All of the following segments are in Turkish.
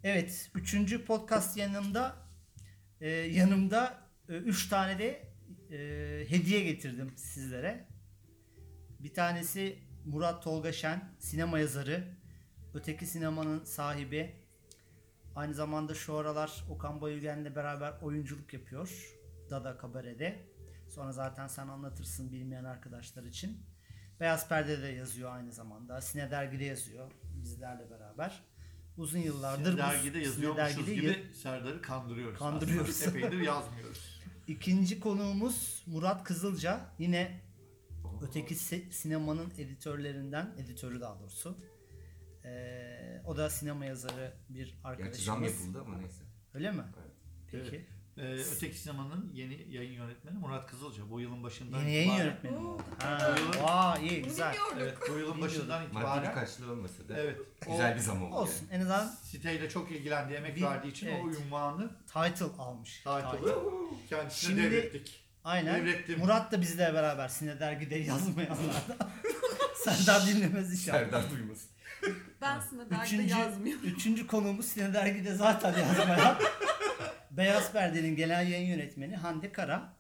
Evet, üçüncü podcast yanımda 3 tane de hediye getirdim sizlere. Bir tanesi Murat Tolga Şen, sinema yazarı. Öteki sinemanın sahibi. Aynı zamanda şu aralar Okan Bayülgen'le beraber oyunculuk yapıyor. Dada Kabare'de. Sonra zaten sen anlatırsın bilmeyen arkadaşlar için. Beyaz Perde'de yazıyor aynı zamanda. Sine Dergi'de yazıyor bizlerle beraber. Uzun yıllardır Sine Dergi'de yazıyormuşuz gibi Serdar'ı kandırıyoruz. Kandırıyoruz. Aslında epeydir yazmıyoruz. İkinci konuğumuz Murat Kızılca. Yine öteki sinemanın editörü daha doğrusu. O da sinema yazarı bir arkadaşımız. Gerçi zam yapıldı ama neyse. Öyle mi? Evet. Peki. Evet. Öteki sinemanın yeni yayın yönetmeni Murat Kızılca. Bu yılın başından Yeni yayın yönetmeni mi oldu? İyi güzel. Evet, bu yılın başından Maddi itibaren. karşılığı olmasa da Evet. güzel bir zam oldu. Olsun. En azından Siteyle çok ilgilendi, emek verdiği için evet. o unvanı, title almış. title'ı kendisine Şimdi- devrettik. Aynen. Devrettim. Murat da bizle beraber Sine Dergi'de yazmayanlardan. Serdar dinlemez inşallah. Serdar duymasın. Ben Sine Dergi'de yazmıyorum. Üçüncü konuğumuz Sine Dergi'de zaten yazmayan Beyaz Perde'nin genel yayın yönetmeni Hande Kara.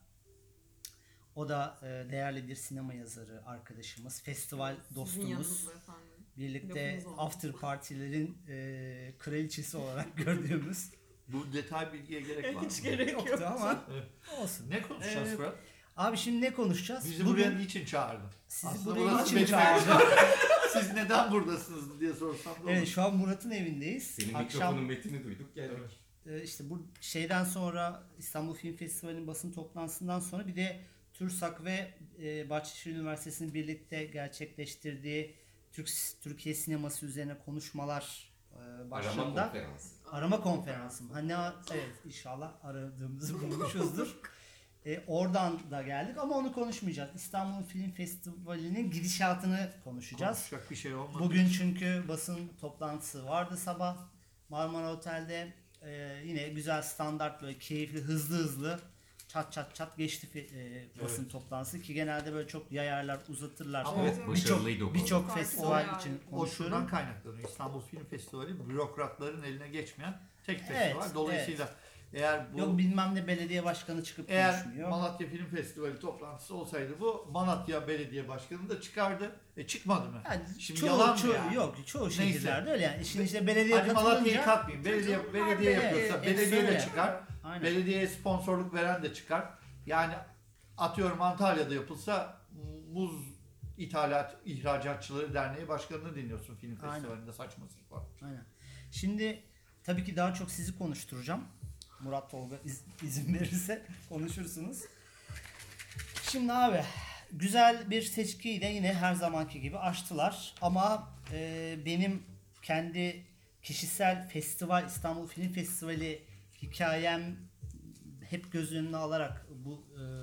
O da değerli bir sinema yazarı arkadaşımız, festival Sizin dostumuz. yanınızda efendim. Birlikte Lafınız oldu. after partilerin kraliçesi olarak gördüğümüz Bu detay bilgiye gerek var mı? Hiç gerek yok. yoktu ama Evet. olsun. Ne konuşacağız Evet. Fırat? Abi şimdi ne konuşacağız? Bizi buraya niçin çağırdın? sizi Aslında buraya burası niçin benim çağırdım? evim. Siz neden buradasınız diye sorsam da olur. Evet, şu an Murat'ın evindeyiz. Senin Akşam mikrofonun metnini duyduk geldik. Evet. işte bu şeyden sonra İstanbul Film Festivali'nin basın toplantısından sonra bir de TÜRSAK ve Bahçeşehir Üniversitesi'nin birlikte gerçekleştirdiği Türkiye sineması üzerine konuşmalar Arama başlığında konferansı. arama konferansım. Evet, inşallah aradığımızı bulmuşuzdur. Oradan da geldik ama onu konuşmayacağız. İstanbul Film Festivali'nin gidişatını konuşacağız. Konuşacak bir şey olmadı. Bugün çünkü basın toplantısı vardı sabah Marmara Otel'de. Yine güzel, standart, böyle keyifli, hızlı çat geçti basın Evet. toplantısı ki genelde böyle çok yayarlar, uzatırlar. Ama Evet, başarılıydı o konuda. Birçok Farklı festival yani. için O şuradan konuşuyorum. kaynaklanıyor. İstanbul Film Festivali bürokratların eline geçmeyen tek Evet, festival. Dolayısıyla eğer bu Yok bilmem ne belediye başkanı çıkıp eğer konuşmuyor. Malatya Film Festivali toplantısı olsaydı bu Malatya Belediye Başkanı da çıkardı. Çıkmadı mı? Yani Şimdi yalan mı yani? Yok, çoğu Neyse. şehirlerde öyle yani. İşin işte belediye Hadi Malatya'yı katılınca katmayayım. Belediye yapıyorsa belediye de öyle. çıkar. Aynen. Belediyeye sponsorluk veren de çıkar. Yani atıyorum Antalya'da yapılsa Muz İhracatçıları Derneği Başkanı'nı dinliyorsun film Aynen. festivalinde, saçma sapan. Aynen. Şimdi tabii ki daha çok sizi konuşturacağım. Murat Tolga izin verirse konuşursunuz. Şimdi abi güzel bir seçkiyle yine her zamanki gibi açtılar. Ama benim kendi kişisel İstanbul Film Festivali hikayem hep göz önüne alarak bu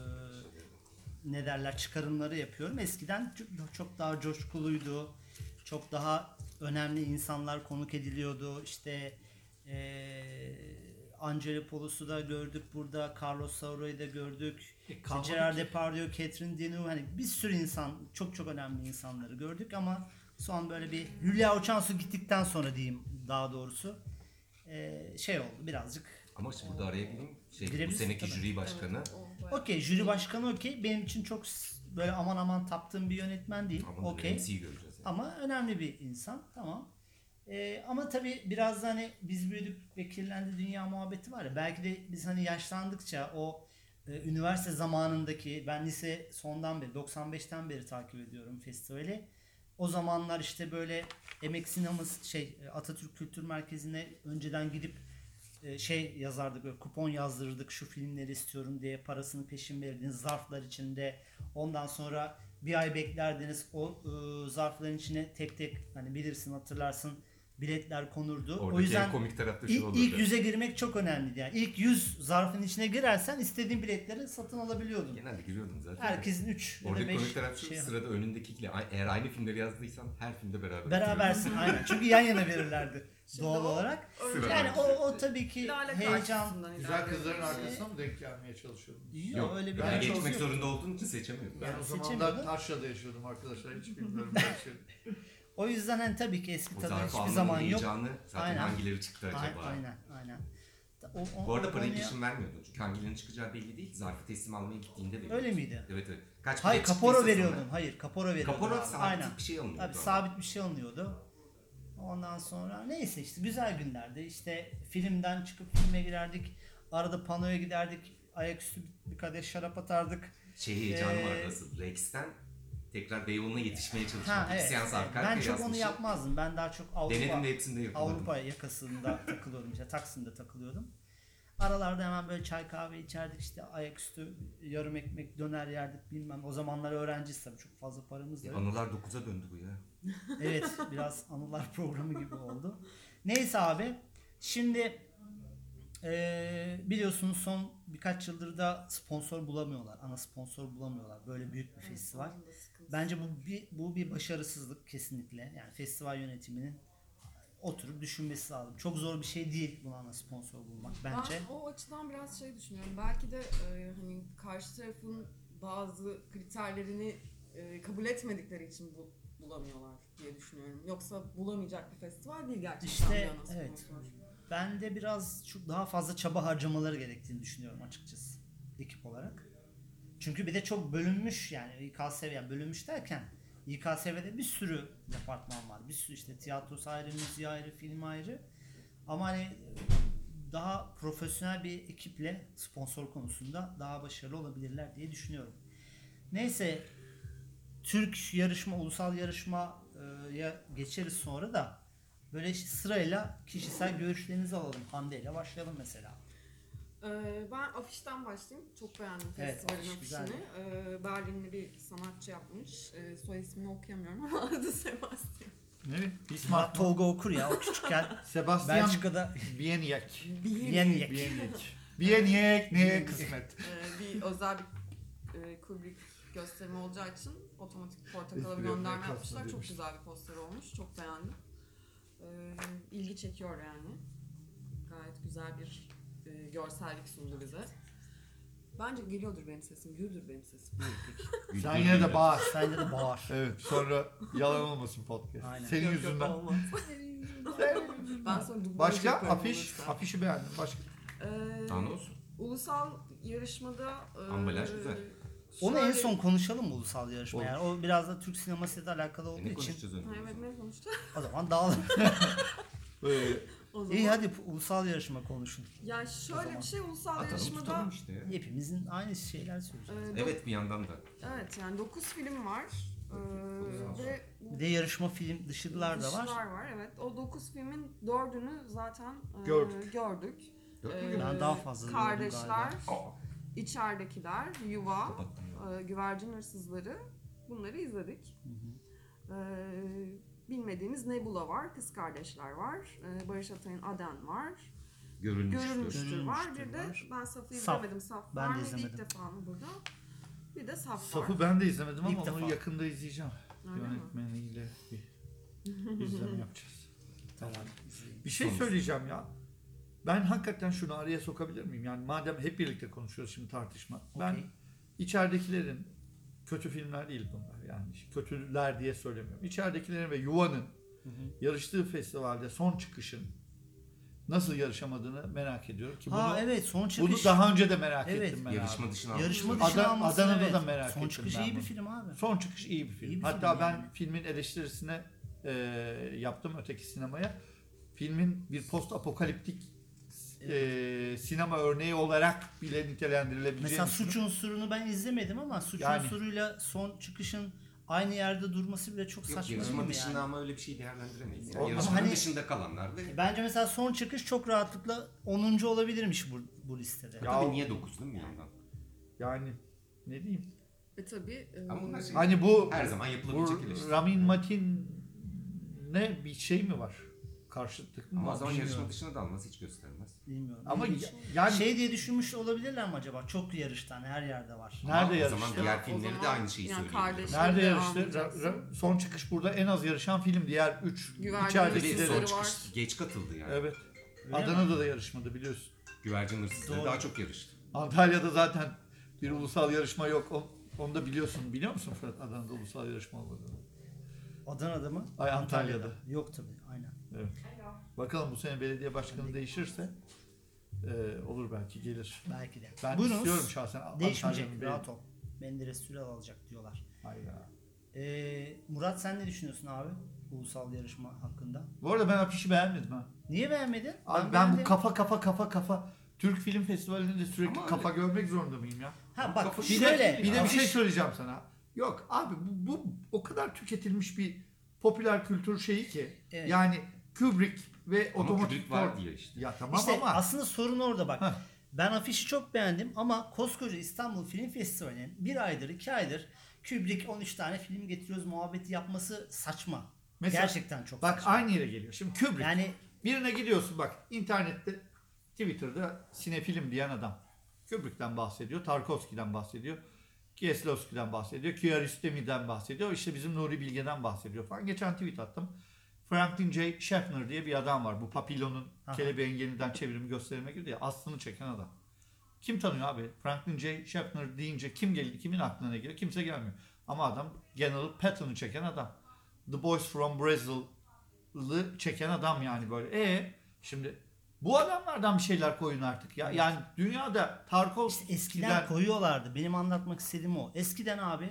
çıkarımları yapıyorum. Eskiden çok daha coşkuluydu. Çok daha önemli insanlar konuk ediliyordu. İşte Angelopoulos'u da gördük burada, Carlos Saura'yı da gördük. Kalmadı Gerard ki. Depardieu, Catherine Deneuve, hani bir sürü insan, çok önemli insanları gördük ama son böyle bir Hülya Avşarsu gittikten sonra diyeyim daha doğrusu oldu birazcık. Ama şimdi burada araya gireyim. Bu Girebilirsin seneki tabii. jüri başkanı. Evet, o bayağı- Okey, jüri başkanı okey. Benim için çok böyle aman taptığım bir yönetmen değil. Ama Okey. MC'yi göreceğiz. Yani. Ama önemli bir insan. Tamam. Ama tabii biraz da hani biz büyüdük ve kirlendi dünya muhabbeti var ya. Belki de biz hani yaşlandıkça o üniversite zamanındaki, ben lise sondan beri 95'ten beri takip ediyorum festivali. O zamanlar işte böyle Emek Sineması Atatürk Kültür Merkezi'ne önceden gidip yazardık, böyle kupon yazdırırdık, şu filmleri istiyorum diye, parasını peşin verdiğiniz zarflar içinde. Ondan sonra bir ay beklerdiniz, o zarfların içine tek hani bilirsin, hatırlarsın, biletler konurdu. Oradaki O yüzden en komik taraf da şu olurdu. ilk 100'e girmek çok önemliydi. Yani ilk 100 zarfın içine girersen istediğin biletleri satın alabiliyordun. Genelde giriyordum zaten. Herkesin 3 ya da Oradaki 5 komik taraf şu, sırada önündekiyle eğer aynı filmleri yazdıysan her filmde berabersin aynen. Çünkü yan yana verirlerdi Şimdi doğal o- olarak. Öyle Sıra Yani var. o tabii ki Lale heyecan. karşısından Güzel ilerliyor. kızların arkasına mı denk gelmeye çalışıyordun? Yok, öyle bir ben Yani alakası geçmek yok. zorunda olduğun için seçemiyordum. Ben Yani o seçemiyordun. zamanlar Taşra'da yaşıyordum arkadaşlar. Hiç bilmiyorum böyle şey. O yüzden hani tabii ki eski O tadı zarfı hiçbir almanın zaman yok. heyecanı zaten Aynen. hangileri çıktı acaba? Aynen. Bu arada parayı onu- peşin vermiyordun. Çünkü hangilerinin çıkacağı belli değil. Zarfı teslim almaya gittiğinde veriyorsun. Öyle miydi? Evet. Kaç Hayır, bilet kapora çıktıysa veriyordun. sana. Hayır, kapora veriyordun. Kapora abi. sabit bir şey alınıyordu. Tabii sabit bir şey alınıyordu. Ondan sonra neyse işte güzel günlerdi. İşte filmden çıkıp filme girerdik. Arada panoya giderdik. Ayaküstü bir kadeh şarap atardık. Şey heyecanı Ee, vardı asıl. Rex'ten tekrar Beyoğlu'na yetişmeye Ha, çalışmak. evet, İki seans evet. arka Ben arkaya çok onu yazmışım. yapmazdım. Ben daha çok Denedim ve hepsinde yakaladım. Avrupa yakasında takılıyordum. İşte Taksim'de takılıyordum. Aralarda hemen böyle çay kahve içerdik, işte ayaküstü yarım ekmek döner yerdik bilmem. O zamanlar öğrenciyiz tabii, çok fazla paramız da yok. Anılar 9'a döndü bu ya. Evet, biraz anılar programı gibi oldu. Neyse abi, şimdi biliyorsunuz son birkaç yıldır da sponsor bulamıyorlar. Ana sponsor bulamıyorlar. Böyle büyük bir festival. Bence bu bir başarısızlık kesinlikle. Yani festival yönetiminin oturup düşünmesi lazım. Çok zor bir şey değil buna ana sponsor bulmak bence. Ben o açıdan biraz şey düşünüyorum. Belki de hani karşı tarafın bazı kriterlerini kabul etmedikleri için bulamıyorlar diye düşünüyorum. Yoksa bulamayacak bir festival değil gerçekten İşte, bir ana evet. sponsor. Ben de biraz çok daha fazla çaba harcamaları gerektiğini düşünüyorum açıkçası ekip olarak. Çünkü bir de çok bölünmüş, yani İKSV, yani bölünmüş derken İKSV'de bir sürü departman var. Bir sürü işte tiyatrosu ayrı, müziği ayrı, film ayrı. Ama hani daha profesyonel bir ekiple sponsor konusunda daha başarılı olabilirler diye düşünüyorum. Neyse, Türk yarışma, ulusal yarışmaya geçeriz sonra da böyle sırayla kişisel görüşlerinizi alalım. Hande ile başlayalım mesela. Ben afişten başlayayım. Çok beğendim Evet, festivalin afiş afişini. güzeldi. Berlinli bir sanatçı yapmış. Soy ismini okuyamıyorum ama adı Sebastian. Ne? Murat Bismarck. Tolga okur ya, o küçükken Sebastian Belçika'da Bieniek. Bieniek. Bieniek ne kısmet. Bir özel bir Kubrick gösterimi olacağı için otomatik portakala bir Biliyorum, gönderme ne yapmışlar. Çok kastediyormuş. güzel bir poster olmuş. Çok beğendim. İlgi çekiyor yani. Gayet güzel bir görsellik sundu bize. Bence geliyordur benim sesim, güldür benim sesim. Sen yine de bağır. Sende de bağır. Evet, sonra yalan olmasın podcast. Aynen. Senin Yok, yok, yüzünden. olmaz. Ben sonra dublaj Başka? yaparım Afiş. olursa. Afişi beğendim. Başka. Daha ne olsun? Ulusal yarışmada Ambalaj güzel. Onu en şöyle- son konuşalım mı, ulusal yarışma? Olur. Yani o biraz da Türk sinemasıyla alakalı olduğu Ne için konuşacağız önce? Ha, evet ne konuştuk? o zaman dağılalım. Böyle O zaman. İyi, hadi ulusal yarışma konuşun. Ya şöyle zaman. bir şey ulusal Atalım yarışmada tutalım işte ya. Hepimizin aynı şeyler söyleyeceğiz. Evet, bir yandan da. Evet yani 9 film var. Ve Bir de yarışma film dışılar da var. dışlar var. Evet. O 9 filmin 4'ünü zaten Gördük. gördük. Dört mü Ee, gördün? Ben daha fazla gördüm Kardeşler, galiba. Aa, içeridekiler, Yuva, kapattım ya. Güvercin Hırsızları, bunları izledik. Bilmediğimiz Nebula var, Kız Kardeşler var, Barış Atay'ın Aden var, Görülmüştür var. Bir de Görülmüştür var. ben Saf'ı Saf. izlemedim. Saf Ben var de mıydı ilk izlemedim. defa mı burada? Bir de Saf var. Saf'ı ben de izlemedim İlk ama onu defa. yakında izleyeceğim. Öyle mi? Yönetmeniyle bir izleme yapacağız. Tamam. Bir şey söyleyeceğim ya. Ben hakikaten şunu araya sokabilir miyim? Yani madem hep birlikte konuşuyoruz şimdi tartışma. Ben Okey. içeridekilerin kötü filmler değil bunlar. Yani kötüler diye söylemiyorum. İçeridekilerin ve Yuva'nın yarıştığı festivalde son çıkışın nasıl yarışamadığını merak ediyorum ki Ha bunu evet, son çıkış. bunu daha önce de merak Evet, ettim ben Yarışma abi. dışına Yarışma almışlar. dışına alması, Adana'da evet. da merak Son ettim çıkış ben iyi bir bunu. film abi. Son çıkış iyi bir film. İyi bir Hatta film ben yani. filmin eleştirisine yaptım öteki sinemaya. Filmin bir post apokaliptik sinema örneği olarak bile nitelendirilebileceğini Mesela düşünüyorum. suç unsurunu ben izlemedim ama suç Yani. unsuruyla son çıkışın aynı yerde durması bile çok Yok, saçma değil yarışma mi dışında yani? ama öyle bir şey değerlendiremeyiz. Ama Yani yarışmanın hani- dışında kalanlar da. Bence mesela son çıkış çok rahatlıkla 10. olabilirmiş bu listede. Ya- Tabii niye 9 değil mi bir yandan? Yani ne diyeyim? Tabii. Ama bunlar şey- Hani bu Her zaman yapılabilecek bu eleştiri. Ramin Matin ne bir şey mi var? Karşıtlık mı Ama o var? zaman Bilmiyorum. yarışma dışına da almaz, hiç göstermez. Bilmiyorum. Ama İlginç. yani Şey diye düşünmüş olabilirler mi acaba? Çok yarıştan her yerde var. nerede Ama o yarıştı? zaman diğer O filmleri de zaman aynı şeyi yani söylüyor. kardeşler- Nerede Devam yarıştı? edeceksin. Son çıkış burada en az yarışan film. Diğer 3 Güvercin içeridekileri. Son Hırsızları var. çıkış geç katıldı yani. Evet. Öyle Adana'da da yarışmadı biliyorsun. Güvercin Hırsızları Doğru. daha çok yarıştı. Antalya'da zaten bir ulusal yarışma yok. Onu da biliyorsun. Biliyor musun Fırat Adana'da ulusal yarışma olmadığını? Adana'da mı? Ay, Antalya'da. Yok tabii, aynen. Evet. Bakalım bu sene belediye başkanı değişirse olur, belki gelir. Belki de. Ben Buyurunuz. istiyorum şahsen. Değişmeyecek, Antalya'nın rahat ol. Menderes Sürel alacak diyorlar. Hayda. Murat sen ne düşünüyorsun abi? Ulusal yarışma hakkında. Bu arada ben afişi beğenmedim ha. Niye beğenmedin? Abi ben bu beğendim. kafa Türk Film Festivali'nde sürekli Ama kafa görmek zorunda mıyım ya? Ha bak Kafa- Bir şöyle. de, bir afiş- şey söyleyeceğim sana. Yok abi, bu o kadar tüketilmiş bir popüler kültür şeyi ki. Evet. Yani Kubrick ve Ama otomatik Kubrick var diye işte. Ya tamam İşte ama aslında sorun orada bak. Heh. Ben afişi çok beğendim ama koskoca İstanbul Film Festivali'nin 1 aydır 2 aydır Kubrick 13 tane film getiriyoruz muhabbeti yapması saçma. Mesela- Gerçekten çok bak saçma. aynı yere geliyor. Şimdi Kubrick. Yani Birine gidiyorsun bak, internette, Twitter'da sinefilm diyen adam. Kubrick'ten bahsediyor, Tarkovski'den bahsediyor, Kieslowski'den bahsediyor, Kiarostami'den bahsediyor, işte bizim Nuri Bilge'den bahsediyor falan. Geçen tweet attım. Franklin J. Schaffner diye bir adam var. Bu Papillon'un Aha. Kelebeğin Yeniden çevirimi gösterime girdi ya. Aslını çeken adam. Kim tanıyor abi? Franklin J. Schaffner deyince kimin aklına geliyor? Kimse gelmiyor. Ama adam General Patton'u çeken adam. The Boys from Brazil'ı çeken adam yani böyle. Şimdi bu adamlardan bir şeyler koyun artık ya. Yani dünyada Tarkovski'den işte eskiden koyuyorlardı. Benim anlatmak istediğim o. Eskiden abi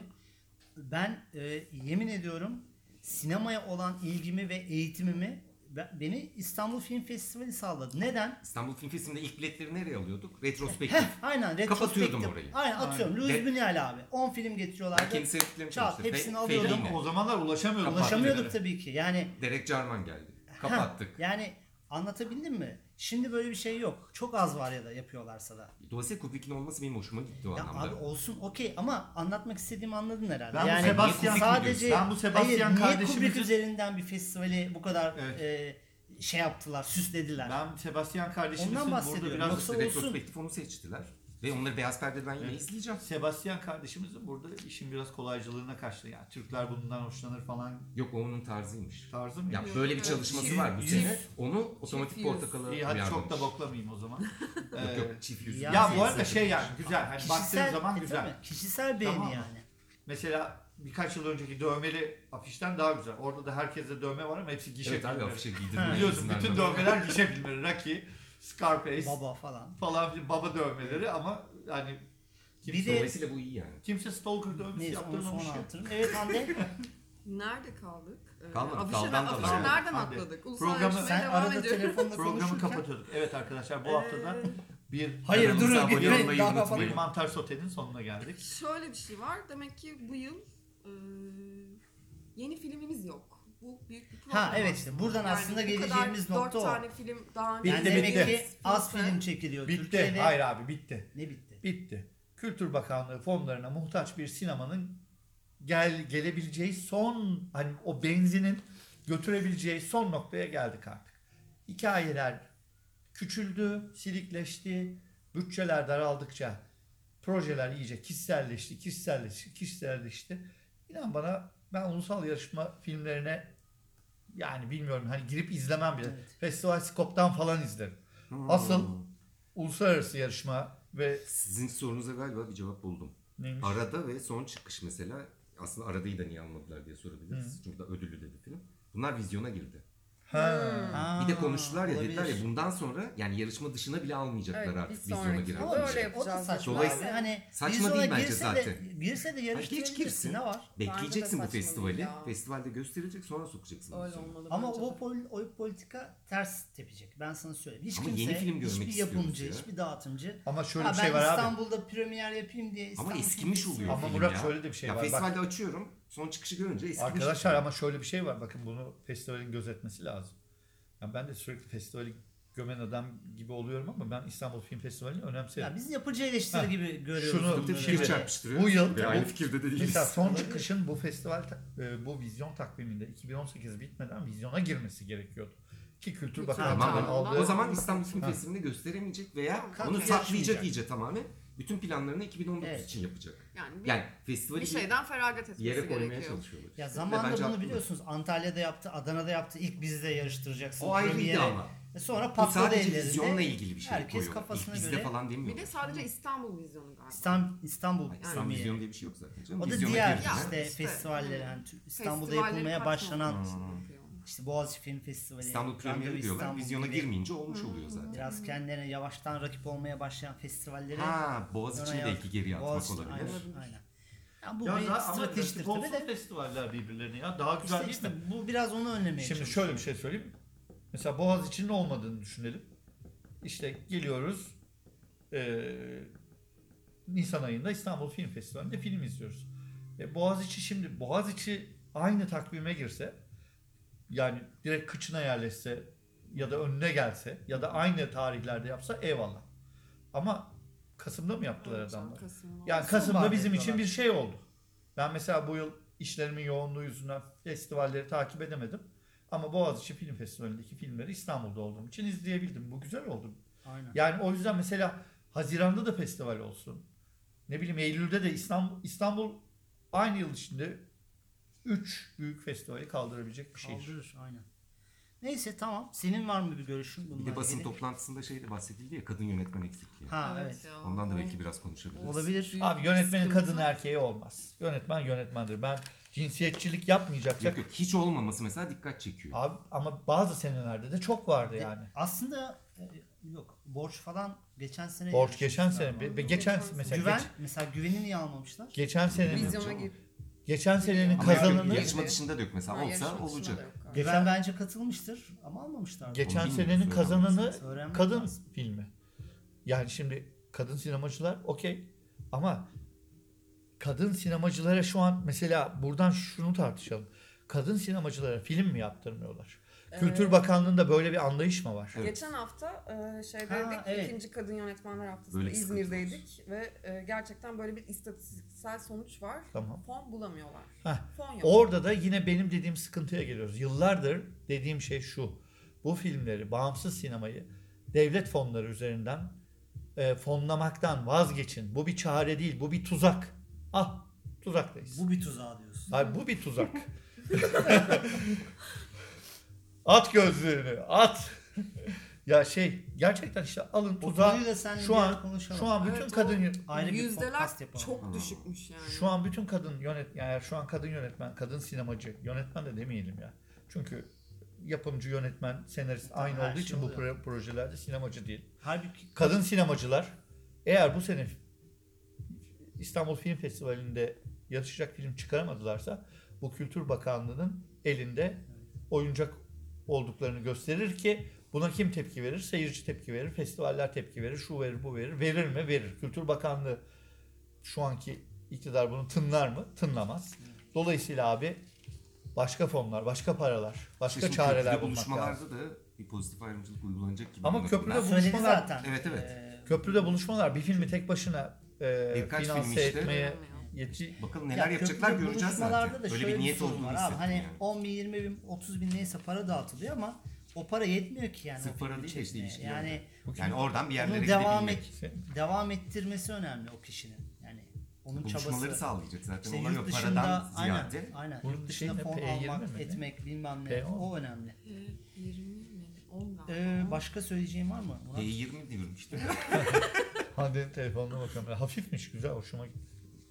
ben yemin ediyorum sinemaya olan ilgimi ve eğitimimi beni İstanbul Film Festivali sağladı. Neden? İstanbul Film Festivali'nde ilk biletleri nereye alıyorduk? Retrospektif. Heh, aynen Kapatıyordum retrospektif. orayı. Aynen atıyorum. Louis Ve- Buñuel abi. 10 film getiriyorlardı. Ben kendi seyrettiklerimi Çal, çalıştım. hepsini Fe- alıyordum. Fellini. o zamanlar ulaşamıyorduk. Ulaşamıyorduk tabii ki. Yani Derek Jarman geldi. Kapattık. yani anlatabildim mi? Şimdi böyle bir şey yok. Çok az var ya da yapıyorlarsa da. Dolayısıyla Kubrick'in olması benim hoşuma gitti o Ya anlamda. abi olsun okey ama anlatmak istediğimi anladın herhalde. Ben bu yani Sebastian- sadece ben bu Sebastian hayır, niye kardeşimizin- Kubrick üzerinden bir festivali bu kadar Evet. şey yaptılar, süslediler. Ben Sebastian kardeşimizin Ondan burada bahsediyorum. biraz Yoksa İşte olsun. retrospektif onu seçtiler. Ve onları beyaz perdede ben yine Evet. izleyeceğim. Sebastian kardeşimizin burada işin biraz kolaycılığına kaçtı. Yani Türkler bundan hoşlanır falan Yok, o onun tarzıymış. tarzı mı? Ya Yok, böyle bir evet. çalışması var bu Çift- sene. Onu otomatik Çift yüz. portakala İyi hadi çok uyarlamış. da boklamayayım o zaman. Yok yok, çift yüz. Ya Bu arada şey yani güzel. Hani baktığın zaman tabii, güzel. kişisel beğeni Tamam mı? yani. Mesela birkaç yıl önceki dövmeli afişten daha güzel. Orada da herkeste dövme var ama hepsi gişe Evet abi, filmleri. afişe giydirmeye Biliyorsun izin bütün vermem. dövmeler gişe filmleri. Rocky, Scarface Baba falan. falan filan, baba dövmeleri ama hani Bir de Dolayısıyla bu iyi yani. kimse Stalker dövmesi neyse onu yaptırmamış sonra ya. anlatırım. Evet Hande Nerede kaldık? Kalmadık, Afişe, daldan afişe dala. nereden Hadi. atladık? Ulusal Programı- yarışmaya sen devam arada ediyoruz. telefonla Programı konuşurken. kapatıyorduk. Evet arkadaşlar, bu haftada bir Hayır, Kanalımıza durun, abone gitmeyin, olmayı daha unutmayın. bir mantar sotenin sonuna geldik. Şöyle bir şey var. Demek ki bu yıl yeni filmimiz yok. Bu büyük bir problem. Ha, evet işte buradan aslında bu geleceğimiz kadar nokta o. 4 tane film daha önce Yani Bitti, demek bitti. ki az film çekiliyor Bitti. Türkiye'de. Hayır abi, bitti. Ne bitti? Bitti. Kültür Bakanlığı fonlarına muhtaç bir sinemanın gelebileceği son, hani o benzinin götürebileceği son noktaya geldik artık. Hikayeler küçüldü, silikleşti, bütçeler daraldıkça projeler iyice kişiselleşti. İnan bana, ben ulusal yarışma filmlerine yani bilmiyorum, hani girip izlemem bile. Evet. Festival Scope'dan falan izlerim. Asıl uluslararası yarışma ve Sizin sorunuza galiba bir cevap buldum. neymiş? Arada ve son çıkış mesela, aslında aradayı da niye almadılar diye sorabiliriz. Çünkü da ödüllü dedi film. Bunlar vizyona girdi. Ha, Bir de konuştular ya, olabilir. dediler ya bundan sonra yani yarışma dışına bile almayacaklar Evet, bir artık vizyona sonraki giren. Ama Öyle o da yapacağız. saçma. Dolayısıyla- abi. Hani Saçma vizyona değil bence girse zaten. Girse de Geç yarıştırabilirsin, girsin. ne var? Bekleyeceksin bu Bence de festivali. saçma ya. Festivalde gösterilecek, sonra sokacaksın. Öyle vizyona. olmalı Ama bence de. o politika ters tepecek. Ben sana söyleyeyim. Hiç Ama kimse, yeni film görmek hiçbir istiyoruz yapımcı, ya. hiçbir dağıtımcı. Ama şöyle Ha, bir ben şey var abi. İstanbul'da premier yapayım diye Ama İstanbul eskimiş Film oluyor Ama film Murat ya. şöyle de bir şey ya var. Bak, festivalde açıyorum, son çıkışı görünce eskimiş. arkadaşlar ama şöyle bir şey var. Bakın bunu festivalin gözetmesi lazım. Yani ben de sürekli festivali gömen adam gibi oluyorum ama ben İstanbul Film Festivali'ni önemserim. Ya biz yapıcı eleştiri Ha, gibi görüyoruz. şunu- bunları. Fikir Şimdi- çarpıştırıyoruz. bu yıl- Ve aynı bu- fikirde de değiliz. Mesela son çıkışın bu festival bu vizyon takviminde 2018 bitmeden vizyona girmesi gerekiyordu. Ki Kültür Kültür Bakanlığı'nın Tamam. aldığı... O zaman İstanbul Film Ha. Festivali'nde gösteremeyecek veya Okey. onu Yarışmayacak. saklayacak iyice tamamen. Bütün planlarını 2019 Evet. için yapacak. Yani Yani festivali bir şeyden feragat etmesi bir yere koymaya gerekiyor. çalışıyorlar. Ya Ve zamanında bence bunu haklı. biliyorsunuz. Antalya'da yaptı, Adana'da yaptı. İlk bizi de yarıştıracaksın. O ayrıydı premiere. ama. Sonra Bu patladı sadece ellerinde. vizyonla ilgili bir şey Herkes koyuyorlar. kafasına Bizde göre. falan Bir demiyorlar. de sadece İstanbul vizyonu galiba. İstanbul İstanbul premieri. vizyonu diye bir şey yok zaten canım. O da Vizyona diğer girdiler. işte İşte, festivaller hani yani İstanbul'da Festivalleri yapılmaya kaçmamak başlanan için yapıyor. işte Boğaziçi Film Festivali, İstanbul Randevu premieri diyorlar. İstanbul Vizyona gibi girmeyince olmuş oluyor zaten. biraz kendilerine yavaştan rakip olmaya başlayan festivalleri Ha, Boğaziçi'ni belki geriye atmak Boğaziçi, olabilir. Aynen. Yani bu Ya bir ama stratejidir rakip tabii olsun de. festivaller birbirlerine ya. Daha güzel İşte, değil mi? bu biraz onu önlemeye Şimdi çalışıyor. şöyle bir şey söyleyeyim. Mesela Boğaziçi'nin olmadığını düşünelim. İşte geliyoruz. Nisan ayında İstanbul Film Festivali'nde film izliyoruz. Boğaziçi aynı takvime girse, yani direkt kıçına yerleşse ya da önüne gelse ya da aynı tarihlerde yapsa eyvallah. Ama Kasım'da mı yaptılar Evet, adamlar? Kasım'da. Yani Kasım'da Sonbahar bizim için yapıyorlar. bir şey oldu. Ben mesela bu yıl işlerimin yoğunluğu yüzünden festivalleri takip edemedim. Ama Boğaziçi Film Festivali'ndeki filmleri İstanbul'da olduğum için izleyebildim. Bu güzel oldu. Aynen. Yani o yüzden mesela Haziran'da da festival olsun. Ne bileyim Eylül'de de İstanbul aynı yıl içinde 3 büyük festivali kaldırabilecek bir şehir. Kaldırır aynen. Neyse tamam. Senin var mı bir görüşün bununla Bir de basın ilgili? toplantısında şey de bahsedildi ya, kadın yönetmen eksikliği. Ha evet. ya. Ondan da belki biraz konuşabiliriz. Olabilir. Abi yönetmenin Sıkıntı. kadın erkeği olmaz. Yönetmen yönetmendir. Ben cinsiyetçilik yapmayacaksak Yok, hiç olmaması mesela dikkat çekiyor. abi ama bazı senelerde de çok vardı yani. Aslında yok. Borç falan geçen sene Borç geçen yarışmışlar sene ama. ve geçen Geçen mesela Güven mesela Güven'i niye almamışlar? geçen senenin Vizyona gir. geçen senenin Ama kazananı yarışma dışında da yok mesela. Ha, Olsa yarışma dışında olacak. da yok galiba. Güven bence katılmıştır ama almamışlar. geçen Onu senenin bilmiyoruz, kazananı Öğrenmek kadın lazım. filmi. Yani şimdi kadın sinemacılar okey ama kadın sinemacılara şu an mesela buradan şunu tartışalım. Kadın sinemacılara film mi yaptırmıyorlar? Kültür Bakanlığı'nda böyle bir anlayış mı var? Evet. Geçen hafta şeydeydik, evet. ikinci Kadın Yönetmenler Haftası'nda Böyle bir sıkıntı İzmir'deydik ve gerçekten böyle bir istatistiksel sonuç var. Tamam. Fon bulamıyorlar. Heh. Fon yok. Orada da yine benim dediğim sıkıntıya geliyoruz. Yıllardır dediğim şey şu. Bu filmleri, bağımsız sinemayı devlet fonları üzerinden fonlamaktan vazgeçin. Bu bir çare değil, bu bir tuzak. Ah, tuzaktayız. Bu bir tuzağı diyorsun. Hayır, bu bir tuzak. At gözlerini, at. Ya gerçekten işte alın O tuzağı. konuyu da seninle Şu bir ara an konuşalım. şu an bütün Evet, kadın Ayrı bir yüzdeler podcast yapalım. çok düşükmüş yani. şu an bütün kadın yani şu an kadın yönetmen, kadın sinemacı, yönetmen de demeyelim ya. Çünkü yapımcı, yönetmen, senarist aynı her olduğu şey için bu oluyor. projelerde sinemacı değil. Halbuki Kadın sinemacılar eğer bu sene İstanbul Film Festivali'nde yarışacak film çıkaramadılarsa bu Kültür Bakanlığı'nın elinde oyuncak olduklarını gösterir ki buna kim tepki verir? Seyirci tepki verir, festivaller tepki verir, şu verir, bu verir. Verir mi? Verir. Kültür Bakanlığı şu anki iktidar bunu tınlar mı? Tınlamaz. Dolayısıyla abi başka fonlar, başka paralar, başka İşte şu çareler köprüde bulmak lazım. buluşmalarda da bir pozitif ayrımcılık uygulanacak gibi. Ama anladım. köprüde Ben- söyledi buluşmalar- zaten. Evet, evet. Köprüde buluşmalar bir filmi tek başına Birkaç film finanse işte. etmeye Bakalım Ya neler yapacaklar köprüde göreceğiz buluşmalarda zaten. da Öyle şöyle bir niyet sorun olduğunu var abi. hissettim Hani yani. 10 bin, 20 bin, 30 bin neyse para dağıtılıyor ama o para yetmiyor ki yani. Sırf o para filmi değil de işte çekmeye. ilişkiler Yani Yani oradan bir yerlere bunu devam gidebilmek. devam ettirmesi önemli o kişinin. Yani onun Buluşmaları çabası. sağlayacak zaten. İşte Onlar yurt yok dışında paradan aynen, ziyade. aynen. Bunun Yurt dışında şeyinde fon P20 almak, mi? etmek bilmem ne. P10. O önemli. 20 mi? 10 galiba. Başka söyleyeceğim var mı? Murat? E20 diyorum işte. Hande'nin telefonuna bakalım. Hafifmiş, güzel, hoşuma gitti.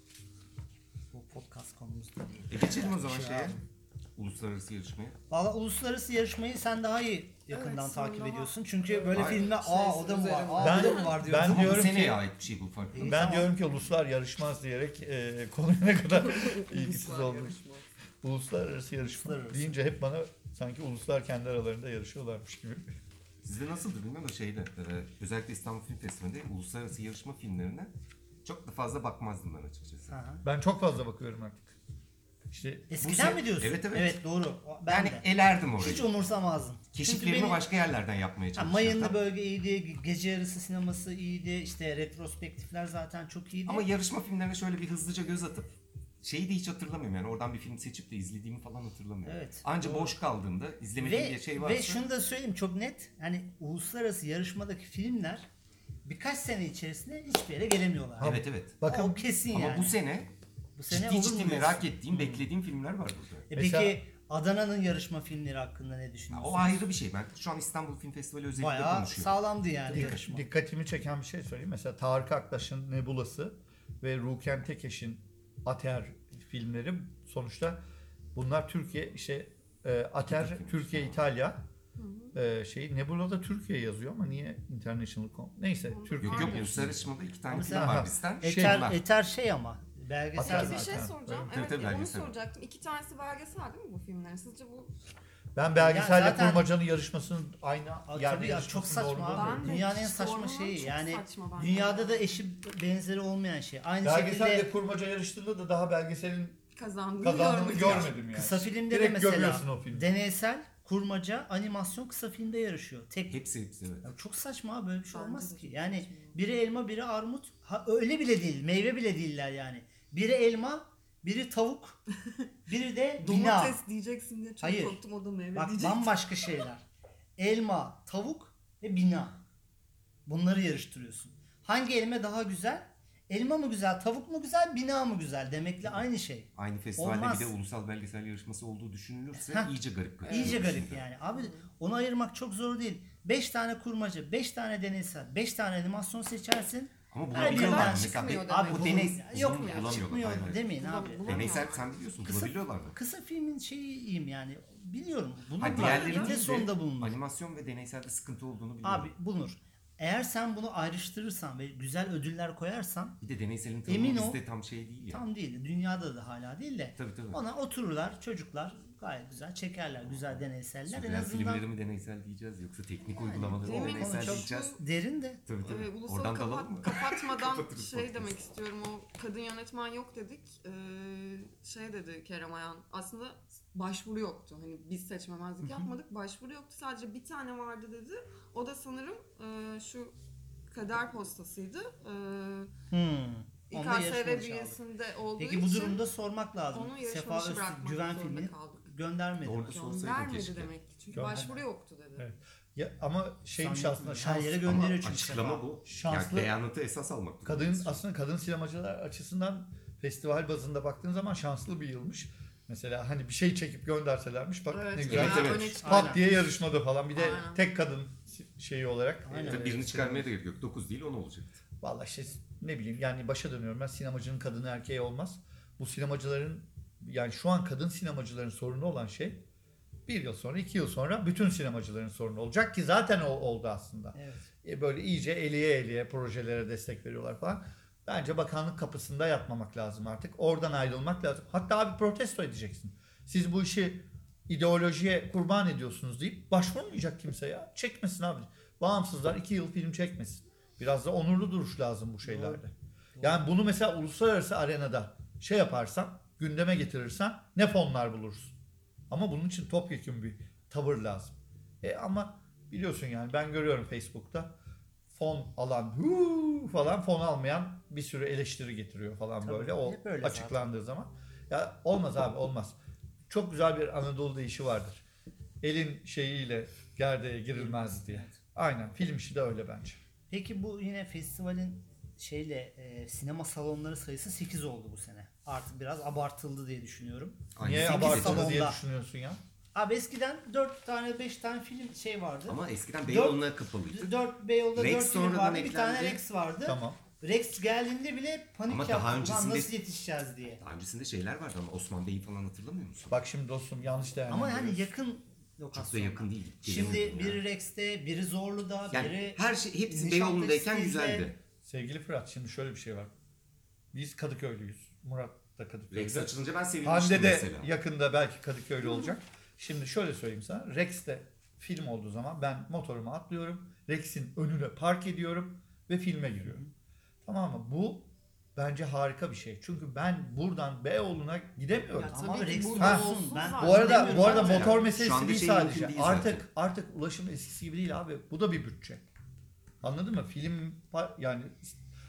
Bu podcast konumuz da değil. Geçelim o zaman Şey şeye. abi. Uluslararası yarışmaya. Valla uluslararası yarışmayı sen daha iyi yakından Evet, sen takip daha- ediyorsun. Çünkü böyle Aynen. filmler o da mı var? Ben- O da mı var diyorsun. ben Ama bu diyorum seneye ki- ait bir şey bu farklı. İyi, Ben tamam. diyorum ki uluslar yarışmaz diyerek konuya ne kadar ilgisiz Uluslar oldum. yarışma. Uluslararası yarışma Uluslararası. deyince hep bana sanki uluslar kendi aralarında yarışıyorlarmış gibi. Sizde nasıldır bilmiyorum da şeyde özellikle İstanbul Film Festivali'nde uluslararası yarışma filmlerine çok da fazla bakmazdım ben açıkçası. Ha. Ben çok fazla bakıyorum artık. İşte Eskiden Bu mi diyorsun? Evet, evet. Evet doğru. Ben Yani de. elerdim orayı. Hiç umursamazdım. Çünkü Keşiflerimi beni- başka yerlerden yapmaya Ha, çalışırdım. Mayınlı bölge iyiydi, gece yarısı sineması iyiydi, işte retrospektifler zaten çok iyiydi. Ama yarışma filmlerine şöyle bir hızlıca göz atıp şeyi de hiç hatırlamıyorum yani oradan bir film seçip de izlediğimi falan hatırlamıyorum. Evet, Anca doğru. boş kaldığımda izlemediğim bir şey varsa. Ve şunu da söyleyeyim çok net. Hani uluslararası yarışmadaki filmler birkaç sene içerisinde hiçbir yere gelemiyorlar. Evet evet. Bakın O kesin Ama yani. bu sene Bu sene ciddi olur ciddi mu merak diyorsun? ettiğim, beklediğim filmler var burada. Mesela- Peki Adana'nın yarışma filmleri hakkında ne düşünüyorsunuz? O ayrı bir şey. Ben şu an İstanbul Film Festivali özellikle Bayağı konuşuyorum. sağlamdı yani yarışma. dikkatimi çeken bir şey söyleyeyim. Mesela Tarık Aktaş'ın Nebulası ve Ruken Tekeş'in Ater filmleri sonuçta bunlar Türkiye Ater Türkiye İtalya Nebula'da Türkiye yazıyor ama niye International neyse Türkiye. Yok uluslararası yarışmada 2 tane Mesela- film var bizden. Eter, Eter şey ama belgesel Atar Peki bir zaten. şey zaten. soracağım. Tabii, Evet, tabii, onu belgesel. soracaktım. 2 tanesi belgesel değil mi bu filmlerin? Sizce bu Ben belgeselle zaten- kurmacanın yarışmasının aynı yerde Tabii ya, yarışmasının çok saçma doğru abi. bulmuyorum. Ben de Dünyanın en hiç saçma sormam, şeyi çok yani saçma bence. dünyada da eşi benzeri olmayan şey. Aynı Belgeselle şekilde kurmaca yarıştığında da daha belgeselin kazandığını kazandığını görmedim. görmedim yani. kısa filmde de Direkt mesela görüyorsun o filmi. deneysel, kurmaca, animasyon kısa filmde yarışıyor. Tek. Hepsi evet. Ya çok saçma abi, böyle bir şey Bence olmaz de ki. çok Yani saçma. biri elma, biri armut. Ha, öyle bile değil. Meyve bile değiller yani. Biri elma, biri tavuk, biri de bina. Domates diyeceksin diye çok Hayır. korktum, o da meyve Bak diyecektim. bambaşka şeyler. Elma, tavuk ve bina. Bunları yarıştırıyorsun. Hangi elma daha güzel? Elma mı güzel, tavuk mu güzel, bina mı güzel demekle aynı şey. Aynı festivalde Olmaz. bir de ulusal belgesel yarışması olduğu düşünülürse Heh. iyice garip kaçıyor. İyice garip şimdi. yani. Abi onu ayırmak çok zor değil. 5 tane kurmaca, 5 tane deneysel, 5 tane animasyon seçersin. Ama Her bulabiliyorlar. birinden Mesela çıkmıyor abi demek. bu Yok bunu ya, bulamıyorlar. çıkmıyor Hayır, hayır. demeyin abi. Deneysel sen biliyorsun bulabiliyorlar mı? Kısa filmin iyiyim yani. Biliyorum. Ha, Bulunur. diğerlerinin Eninde de sonunda bulunur. animasyon ve deneyselde sıkıntı olduğunu biliyorum. Abi bulunur. Eğer sen bunu ayrıştırırsan ve güzel ödüller koyarsan Bir de deneyselin Emin tanımı ol, bizde tam şey değil ya. tam değil. Dünyada da hala değil de. Tabii tabii. Ona otururlar çocuklar gayet güzel çekerler güzel deneyseller. En Sürreal azından filmleri mi deneysel diyeceğiz yoksa teknik uygulamaları mı demin deneysel çok- diyeceğiz. derin de. Tabii tabii. Ulusalı Oradan da alalım mı? kapatmadan Kapatırız şey podcast. demek istiyorum, o kadın yönetmen yok dedik. Şey dedi Kerem Ayan, aslında başvuru yoktu. Hani biz seçmemezlik yapmadık, başvuru yoktu. Sadece bir tane vardı dedi. O da sanırım şu Kader Postası'ydı. Onu da İKSV yarışmacı aldı. bünyesinde olduğu Peki için bu durumda sormak lazım. onu Sefa yarışma dışı Öztürk bırakmak güven zorunda filmini kaldık. göndermedi. Doğru sorsaydın Göndermedi keşke. demek ki. Çünkü Göndermedi. başvuru yoktu dedi. Evet. Ya ama şeymiş Sanmıyorum. aslında Her yere şans. gönderiyor Ama çünkü açıklama Sefa. bu. Şanslı. Yani beyanatı esas almak. Kadın durumundayız. aslında kadın sinemacılar açısından festival bazında baktığın zaman şanslı bir yılmış. Mesela hani bir şey çekip gönderselermiş bak Evet, ne güzel. evet, evet. öne çıktı. Pat diye yarışmada falan bir de Aynen. tek kadın şeyi olarak. Aynen. Tabii birini çıkarmaya da gerek yok. 9 değil 10 olacaktı. Vallahi işte ne bileyim yani başa dönüyorum ben, sinemacının kadını erkeği olmaz. Bu sinemacıların yani şu an kadın sinemacıların sorunu olan şey bir yıl sonra 2 yıl sonra bütün sinemacıların sorunu olacak ki zaten o oldu aslında. Evet. Böyle iyice eliye projelere destek veriyorlar falan. Bence bakanlık kapısında yatmamak lazım artık. Oradan ayrılmak lazım. Hatta abi protesto edeceksin. Siz bu işi ideolojiye kurban ediyorsunuz deyip başvurmayacak kimse ya. Çekmesin abi. Bağımsızlar 2 yıl film çekmesin. Biraz da onurlu duruş lazım bu şeylerde. Yani bunu mesela uluslararası arenada şey yaparsan, gündeme getirirsen ne fonlar bulursun. Ama bunun için topyekun bir tavır lazım. Ama biliyorsun yani ben görüyorum Facebook'ta fon alan falan, fon almayan bir sürü eleştiri getiriyor falan Tabii, böyle o hep öyle açıklandığı zaman. Ya olmaz abi, olmaz. Çok güzel bir Anadolu deyişi vardır. Elin şeyiyle gerdeğe girilmez diye. Aynen, film işi de öyle bence. Peki bu yine festivalin sinema salonları sayısı 8 oldu bu sene. Artık biraz abartıldı diye düşünüyorum. Aynı Niye sekiz abartılı salonda. diye düşünüyorsun ya? Abi eskiden 4 tane 5 tane film vardı. Ama eskiden Beyoğlu'na kapalıydı. 4 Beyoğlu'da Rex 4 film sonradan vardı. Bir tane eklendi. Rex vardı. Tamam. Rex geldiğinde bile panik Ama yaptı. daha Ulan öncesinde- nasıl yetişeceğiz diye. Daha öncesinde şeyler vardı ama Osman Bey'i falan hatırlamıyor musun? Bak şimdi dostum yanlış Ama değerlendiriyorsun. yani yakın Çok da lokasyon. yakın değil. Şimdi Gelemedim biri yani. Rex'te, biri Zorlu'da, Yani biri her şey hepsi Nişantaşı Beyoğlu'ndayken Sites'te. güzeldi. Sevgili Fırat, şimdi şöyle bir şey var. Biz Kadıköylüyüz. Murat da Rex Kadıköylü. açılınca ben sevinmiştim Hande de mesela. yakında belki Kadıköylü olacak. Şimdi şöyle söyleyeyim sana. Rex'te film olduğu zaman ben motoruma atlıyorum. Rex'in önüne park ediyorum ve filme giriyorum. Tamam mı? Bu bence harika bir şey. Çünkü ben buradan Beyoğlu'na gidemiyorum. Ya Ama tabii ki Rex burada olsun. olsun Ben zaten. Bu arada demiyorum zaten. motor Şu meselesi anda değil şey sadece. mümkün değil zaten. Artık ulaşım eskisi gibi değil abi. Bu da bir bütçe. Anladın mı? Film yani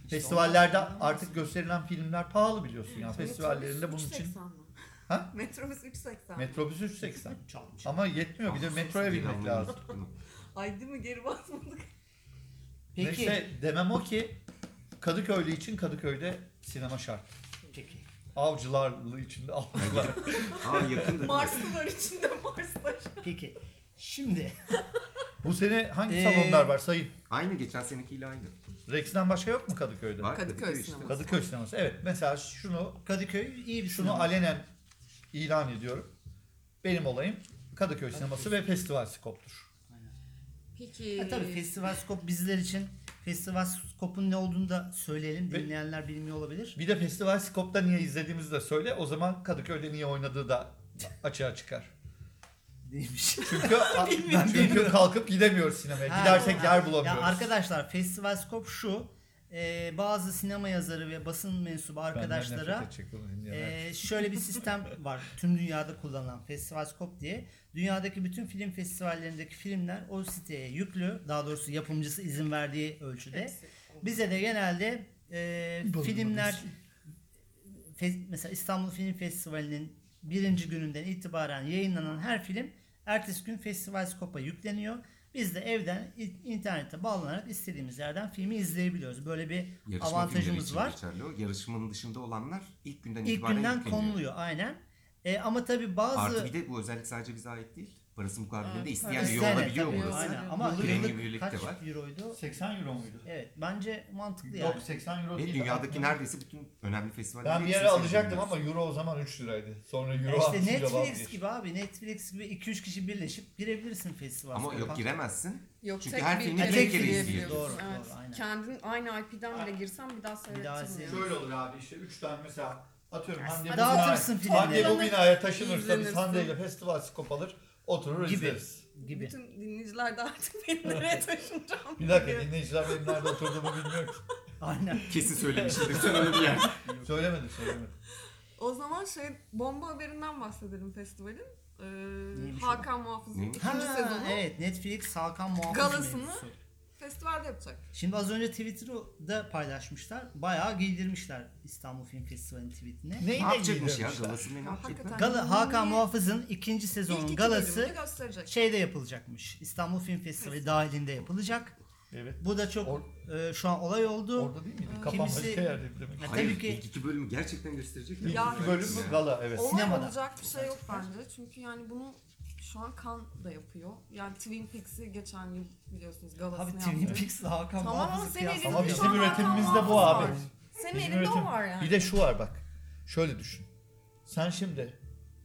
Festivallerde ondan artık gösterilen filmler pahalı biliyorsun ya. Festivallerinde bunun Metrobüs için 3.80 mı? Ha? Metrobüs 3.80. metrobüs 3.80. Çalmış. Ama yetmiyor, bir de metroya binmek lazım. Ay değil mi, geri basmadık. Peki. Neyse demem o ki Kadıköylü için Kadıköy'de sinema şart. Peki. Avcılarlı için de avcılar. Aa yakındır. Marslılar içinde Marslar. Peki. Şimdi Bu sene hangi Ee, salonlar var sayın? Aynı geçen senekiyle aynı. Rex'ten başka yok mu Kadıköy'de? Var, Kadıköy işte. sineması. Kadıköy sineması. Evet, mesela şunu Kadıköy iyi bir şunu sinema. alenen ilan ediyorum. Benim olayım Kadıköy sineması ve Festival Skop'tur. Peki. Tabii Festival Skop bizler için Festival Skop'un ne olduğunu da söyleyelim. Ve- Dinleyenler bilmiyor olabilir. Bir de Festival Skop'ta niye izlediğimizi de söyle. O zaman Kadıköy'de niye oynadığı da açığa çıkar. Değilmiş. Çünkü kalkıp gidemiyoruz sinemaya. Ha, Gidersek ha. yer bulamıyoruz. Ya arkadaşlar Festival Skop şu. Bazı sinema yazarı ve basın mensubu arkadaşlara şöyle bir sistem var. Tüm dünyada kullanılan Festival Skop diye. Dünyadaki bütün film festivallerindeki filmler o siteye yüklü. Daha doğrusu yapımcısı izin verdiği ölçüde. Hepsi. Bize de genelde filmler mesela İstanbul Film Festivali'nin birinci gününden itibaren yayınlanan her film ertesi gün Festival Skop'a yükleniyor. Biz de evden internete bağlanarak istediğimiz yerden filmi izleyebiliyoruz. Böyle bir Yarışma filmleri avantajımız için var. geçerli o. Yarışmanın dışında olanlar ilk günden İlk itibaren günden yükleniyor. konuluyor aynen. Ama tabii bazı Artı bir de bu özellik sadece bize ait değil. Parası mukabilinde Evet, isteyen parası üye İsteyen olabiliyor tabii, burası. Aynen. Evet. Ama Premium yıllık üyelik kaç de var. euroydu? 80 euro muydu? Evet bence mantıklı Yok yani. 80 euro Ve değil. dünyadaki neredeyse bütün önemli festivaller. Ben bir yere alacaktım ama euro o zaman 3 liraydı. Sonra euro İşte artınca Netflix vazgeçtim. gibi abi. Netflix gibi 2-3 kişi birleşip girebilirsin festival. Ama yok Skop'a. giremezsin. Yok, Çünkü tek her bir filmi kere tek kere izleyebiliyorsun. izliyorsun. Doğru, Evet. doğru, aynen. Kendin aynı IP'den bile girsen bir daha Bir daha seyrettirmiyorsun. izleyemem. Şöyle olur abi işte 3 tane mesela atıyorum Hande bu Dağıtırsın binaya, filmleri. Hande bu binaya taşınırsa biz İzlenirsin. Hande ile Festival Skop alır oturur Gibi. izleriz. Gibi. Bütün dinleyiciler de artık benim nereye taşınacağım. Bir dakika dinleyiciler benim nerede oturduğumu bilmiyor ki. Aynen. Kesin söylemişimdir sen onu bir yer. Söylemedim. O zaman bomba haberinden bahsedelim festivalin. Neymiş Hakan Muhafız'ın Neymiş? ikinci sezonu Evet Netflix Hakan Muhafız Galasını mevzusu. festivalde yapacak. Şimdi az önce Twitter'da paylaşmışlar. Bayağı giydirmişler İstanbul Film Festivali'nin tweetine. Ne Neyle yapacakmış ya? giydirmişler? Galasını ne yapacaklar? Hakikaten. Hakan Muhafız'ın ikinci İlk sezonun iki galası bölümünü gösterecek. şeyde yapılacakmış. İstanbul Film Festivali dahilinde yapılacak. Evet. Bu da çok şu an olay oldu. Orada değil miydi? Kafam Kimisi- başka yerdeydi demek. Ya Hayır, tabii ki ilk iki bölümü gerçekten gösterecekler. İlk Ya- iki bölüm mü? Gala evet. Olay Sinemada. olacak bir şey yok bence. Çünkü yani bunu şu an Cannes da yapıyor. Yani Twin Peaks'i geçen yıl biliyorsunuz galasını Abi yaptı. Twin Peaks'le Hakan Tamam ama Muhafız'ı senin kıyaslamak elinde Ama şu bizim an Hakan üretimimizde bu Muhafız abi. var. Senin Bizim elinde üretim- o var yani. Bir de şu var bak. Şöyle düşün. Sen şimdi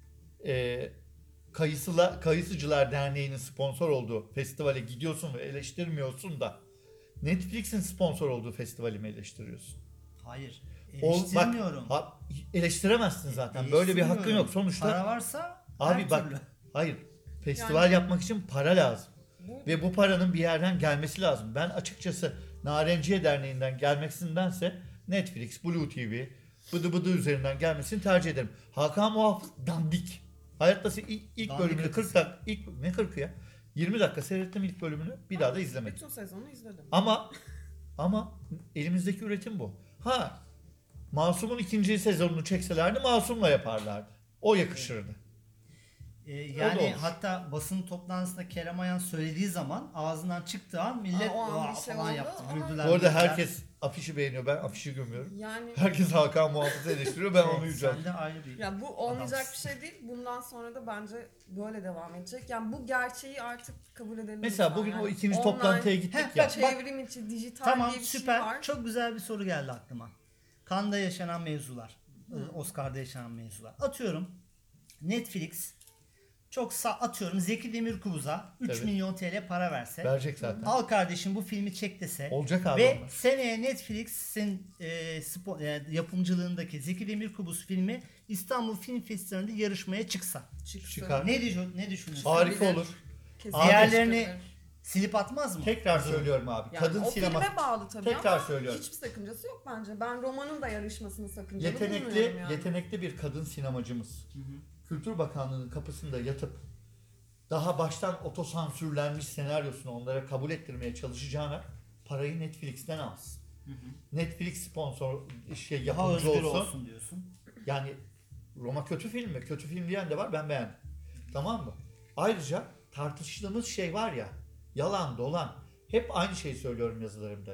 Kayısıcılar Derneği'nin sponsor olduğu festivale gidiyorsun ve eleştirmiyorsun da Netflix'in sponsor olduğu festivali mi eleştiriyorsun? Hayır. O, Eleştirmiyorum. eleştiremezsin zaten. Böyle bir hakkın yok. Sonuçta Para varsa abi her bak türlü. hayır. Festival yapmak için para lazım. Ve bu paranın bir yerden gelmesi lazım. Ben açıkçası Narenciye Derneği'nden gelmesindense Netflix, Blue TV, bıdı bıdı üzerinden gelmesini tercih ederim. Hakan Muhafız dandik. Hayatta ilk Dandik bölümünü ötesi. 40 dakika, ne 40'ı ya? 20 dakika seyrettim ilk bölümünü. Bir daha da izlemedim. Bütün sezonu izledim. Ama elimizdeki üretim bu. Masum'un ikinci sezonunu çekselerdi Masum'la yaparlardı. O yakışırdı. O da Yani olur. hatta basın toplantısında Kerem Ayan söylediği zaman ağzından çıktığı an millet O an "Vaa!" bir şey falan oldu yaptı. ama- Güldüler. Bu arada güldüler. herkes afişi beğeniyor. Ben afişi gömüyorum. Yani Herkes Hakan Muhafız'ı eleştiriyor. Ben onu Evet, yüceltiyorum. sen de ayrı bir. ya bu olmayacak Adamsın. bir şey değil. Bundan sonra da bence böyle devam edecek. Yani bu gerçeği artık kabul edelim. Mesela lütfen bugün yani. o ikinci Online, toplantıya gittik Heh, ya. bak- çevrim içi, dijital Tamam diye bir süper. şey var. Çok güzel bir soru geldi aklıma. Cannes'da yaşanan mevzular. Oscar'da yaşanan mevzular. Atıyorum Netflix çok atıyorum Zeki Demirkubuz'a 3 Evet. milyon TL para verse. Verecek zaten. Al kardeşim bu filmi çek dese. Olacak abi Ve onlar. seneye Netflix'in yapımcılığındaki Zeki Demirkubuz filmi İstanbul Film Festivali'nde yarışmaya çıksa. Çıkar. Ne düşünüyorsun? Harika Olabilir. olur. Kesinlikle Diğerlerini çıkabilir. silip atmaz mı? Tekrar söylüyorum abi. Yani Kadın o sinema. filme bağlı tabii Tekrar ama söylüyorum. hiçbir sakıncası yok bence. Ben romanın da yarışmasını sakıncalı bulmuyorum yani. Yetenekli bir kadın sinemacımız. Kültür Bakanlığı'nın kapısında yatıp daha baştan otosansürlenmiş senaryosunu onlara kabul ettirmeye çalışacağına parayı Netflix'ten alsın. Netflix sponsor Daha yapımcı özgür olsun. olsun diyorsun. Yani Roma kötü film mi? Kötü film diyen de var, ben beğendim. Tamam mı? Ayrıca tartıştığımız şey var ya, yalan dolan. Hep aynı şeyi söylüyorum yazılarımda.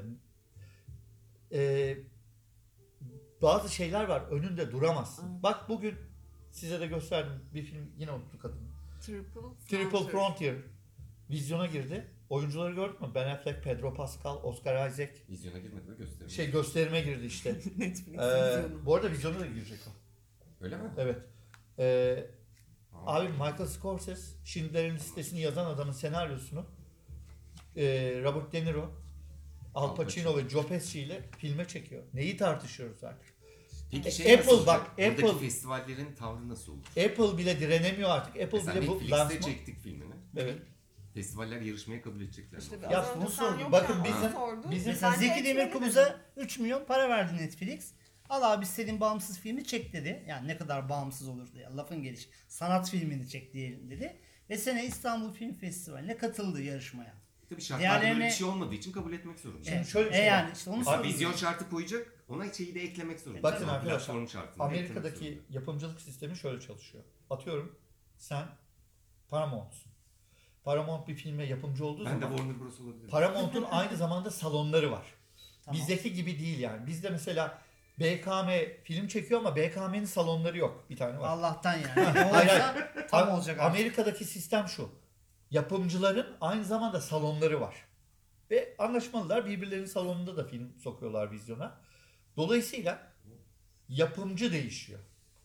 Bazı şeyler var, önünde duramazsın. Evet. Bak bugün size de gösterdim bir film, yine unuttuk adını. Triple Frontier. Frontier vizyona girdi. Oyuncuları gördün mü? Ben Affleck, Pedro Pascal, Oscar Isaac. Vizyona girmedi mi gösterim? Gösterime girdi işte. Netflix vizyonu. Bu arada vizyona da girecek o. Öyle mi? Evet. Abi Michael Scorsese, Schindler'in Listesini yazan adamın senaryosunu Robert De Niro, Al Pacino ve Joe Pesci ile filme çekiyor. Neyi tartışıyoruz artık? Peki Apple nasıl olacak? bak, Buradaki Apple- festivallerin tavrı nasıl olur? Apple bile direnemiyor artık. Apple Mesela bile bu Netflix'te lansman... çektik filmini. Evet. Festivaller yarışmaya kabul edecekler. İşte mi? az Ya önce bunu sen sordum. yokken Bakın onu bizim- sordu. bizim- Mesela Ben de Zeki etmedi Demirkubuz'a 3 milyon para verdi Netflix. Al abi istediğin bağımsız filmi çek dedi. Yani ne kadar bağımsız olur diye. Lafın gelişi. Sanat filmini çek diyelim dedi. Ve sene İstanbul Film Festivali'ne katıldı yarışmaya. Tabii şartlarda böyle Diğerlerine- bir şey olmadığı için kabul etmek zorunda. Şimdi şöyle bir şey yani var. işte onu Abi soruyorum. vizyon şartı koyacak, ona şeyi de eklemek zorunda. Bakın Yani arkadaşlar, platform şartını da eklemek Amerika'daki zorunda. yapımcılık sistemi şöyle çalışıyor. Atıyorum sen Paramount'sun. Paramount bir filme yapımcı olduğu Ben de zaman Warner Bros olabilirim. Paramount'un aynı zamanda salonları var. Tamam. Bizdeki gibi değil yani. Bizde mesela BKM film çekiyor ama BKM'nin salonları yok. Bir tane var. Allah'tan yani. Ne Hayır, olursa tam A- olacak artık. Amerika'daki sistem şu. Yapımcıların aynı zamanda salonları var. Ve anlaşmalılar, birbirlerinin salonunda da film sokuyorlar vizyona. Dolayısıyla yapımcı değişiyor.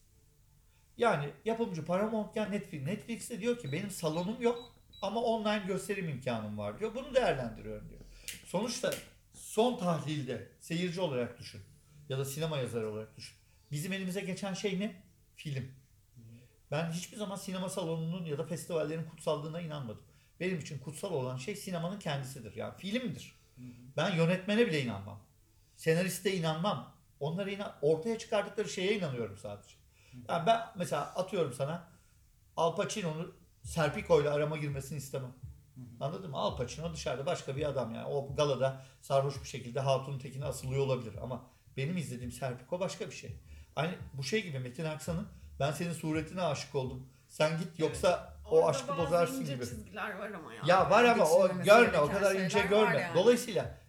Yani yapımcı Paramount'ken Netflix'te diyor ki benim salonum yok ama online gösterim imkanım var diyor. Bunu değerlendiriyorum diyor. Sonuçta son tahlilde seyirci olarak düşün ya da sinema yazarı olarak düşün. Bizim elimize geçen şey ne? Film. Ben hiçbir zaman sinema salonunun ya da festivallerin kutsallığına inanmadım. Benim için kutsal olan şey sinemanın kendisidir. Yani filmdir. Ben yönetmene bile inanmam. Senariste inanmam. Onlara ortaya çıkardıkları şeye inanıyorum sadece. Yani ben mesela atıyorum sana Al Pacino'nun Serpico ile arama girmesini istemem. Anladın mı? Al Pacino dışarıda başka bir adam yani. O galada sarhoş bir şekilde Hatun'un tekine asılıyor olabilir ama benim izlediğim Serpico başka bir şey. Aynı bu şey gibi Metin Aksan'ın ben senin suretine aşık oldum. Sen git yoksa o Orada aşkı bazı bozarsın ince gibi. çizgiler var ama ya. Ya var ama o Geçilmemesi görme o gereken kadar ince şeyler var görme. yani. Dolayısıyla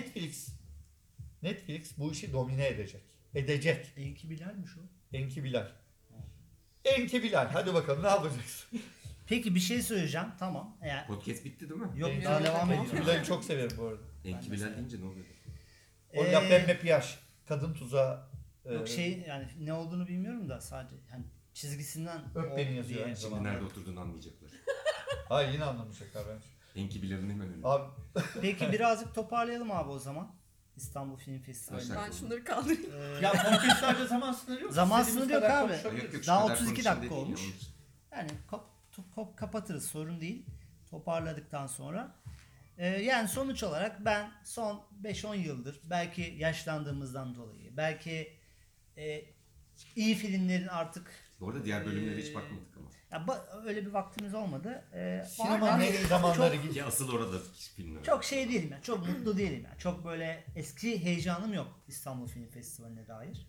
Netflix bu işi domine edecek. Edecek. Enki Bilal'miş o. Enki Bilal. Enki Bilal. Hadi bakalım ne yapacaksın? Peki bir şey söyleyeceğim. Tamam. Yani Podcast bitti değil mi? yok Enki daha Bilal- devam Enki ediyor. Bilal'i çok severim bu arada. Enki Bilal deyince ne oluyor? O La Femme Piage. Kadın tuzağı. Yok şey yani ne olduğunu bilmiyorum da sadece yani çizgisinden Öp o beni yazıyor diye. aynı Şimdi zamanda. nerede oturduğunu anlayacaklar. Hayır yine anlamayacaklar bence. Enki Bilal'in hemen önünde. Abi Peki birazcık toparlayalım abi o zaman. İstanbul Film Festivali. Başlar. Ben şunları kaldırayım. ya podcastlerde zaman sınırı yok. Zaman İstediğimiz sınırı yok kadar abi. konuşabiliriz. Yok, yok, şu Daha kadar 32 konuşayım dakika dediğin olmuş. ya, onun için. Yani kapatırız sorun değil. Toparladıktan sonra. Yani sonuç olarak ben son 5-10 yıldır belki yaşlandığımızdan dolayı belki iyi filmlerin artık Bu arada diğer bölümlere hiç bakmadık ama. ya öyle bir vaktimiz olmadı. Sinemanın en iyi zamanları gibi. Ki asıl orada filmler. Çok şey değilim yani. Çok mutlu değilim yani. Çok böyle eski heyecanım yok İstanbul Film Festivali'ne dair.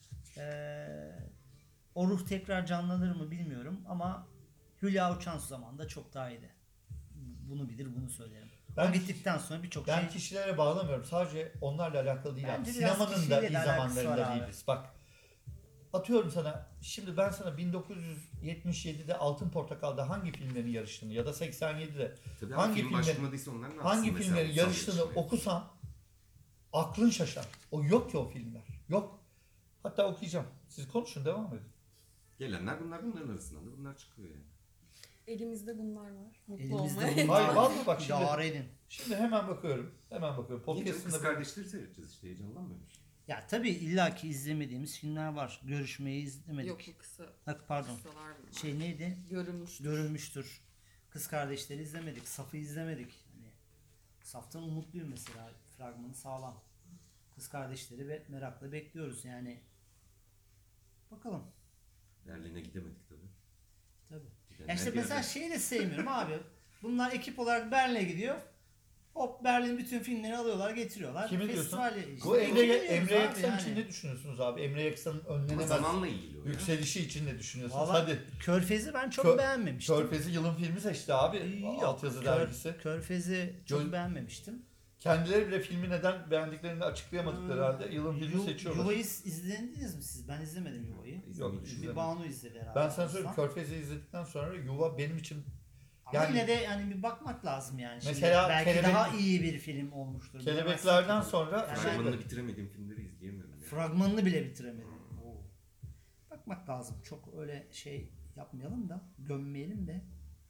O ruh tekrar canlanır mı bilmiyorum ama Hülya Avşarsu zamanında çok daha iyiydi. Bunu bilir, bunu söylerim. Ben- o gittikten sonra birçok Ben şey... kişilere bağlamıyorum. Sadece onlarla alakalı değil. Bence Abi. biraz Sinemanın da kişiyle iyi de alakası zamanlarında var abi. değiliz. Bak atıyorum sana şimdi ben sana 1977'de Altın Portakal'da hangi filmlerin yarıştığını ya da 87'de Tabii hangi hangi film filmlerin- başlamadıysa onlar ne yapsın hangi mesela filmlerin ulusal yarıştığını yarışmaya? okusan aklın şaşar. O yok ki o filmler. Yok. Hatta okuyacağım. Siz konuşun devam edin. Gelenler bunların arasından da bunlar çıkıyor yani. Elimizde bunlar var. Mutlu Elimizde olmaya. bunlar Hayır vallahi bak şimdi. İdare edin. Şimdi hemen bakıyorum. Hemen bakıyorum. Niye canım, Podcast'ında kız kardeşleri seyredeceğiz işte heyecanlanmıyor musun? Ya tabii illaki izlemediğimiz filmler var. Görüşmeyi izlemedik. Yok bu kısa. Pardon. Kısalar bunlar. Şey neydi? Görülmüş. Görülmüştür. Kız Kardeşleri izlemedik. Saf'ı izlemedik. Hani Saf'tan umutluyum mesela. Fragmanı sağlam. Kız Kardeşleri ve merakla bekliyoruz yani. Bakalım. Berlin'e gidemedik tabii. Tabii. Gidenler Ya işte geldi. mesela şeyi de sevmiyorum abi. Bunlar ekip olarak Berlin'e gidiyor. Hop Berlin bütün filmleri alıyorlar getiriyorlar. Kimi diyorsun? Festivali işte. Bu Emre Eğleniyoruz abi Yaksan için yani. ne düşünüyorsunuz abi? Emre Yaksan'ın Ama önlenemez zamanla iyiliyor. ya. yükselişi için ne düşünüyorsunuz? Valla Hadi. Körfez'i ben çok Kör- beğenmemiştim. Körfez'i yılın filmi seçti abi. Yok, Altyazı dergisi. Körfez'i çok Gö- beğenmemiştim. Kendileri bile filmi neden beğendiklerini açıklayamadıkları halde yılın filmi seçiyorlar. Yuva'yı izlediniz mi siz? Ben izlemedim Yuva'yı. Yok, Bir izlemedim. Banu izledi herhalde. Ben sana söyleyeyim, Aslan. Körfez'i izledikten sonra Yuva benim için Ama yani- yine de yani bir bakmak lazım yani. Şimdi Mesela belki Kelebek- daha iyi bir film olmuştur. Kelebeklerden Bilemezsin ki. sonra Yani Fragmanını bitiremediğim filmleri izleyemiyorum. Ya. fragmanını bile bitiremedim. Oo. Bakmak lazım. Çok öyle şey yapmayalım da, gömmeyelim de.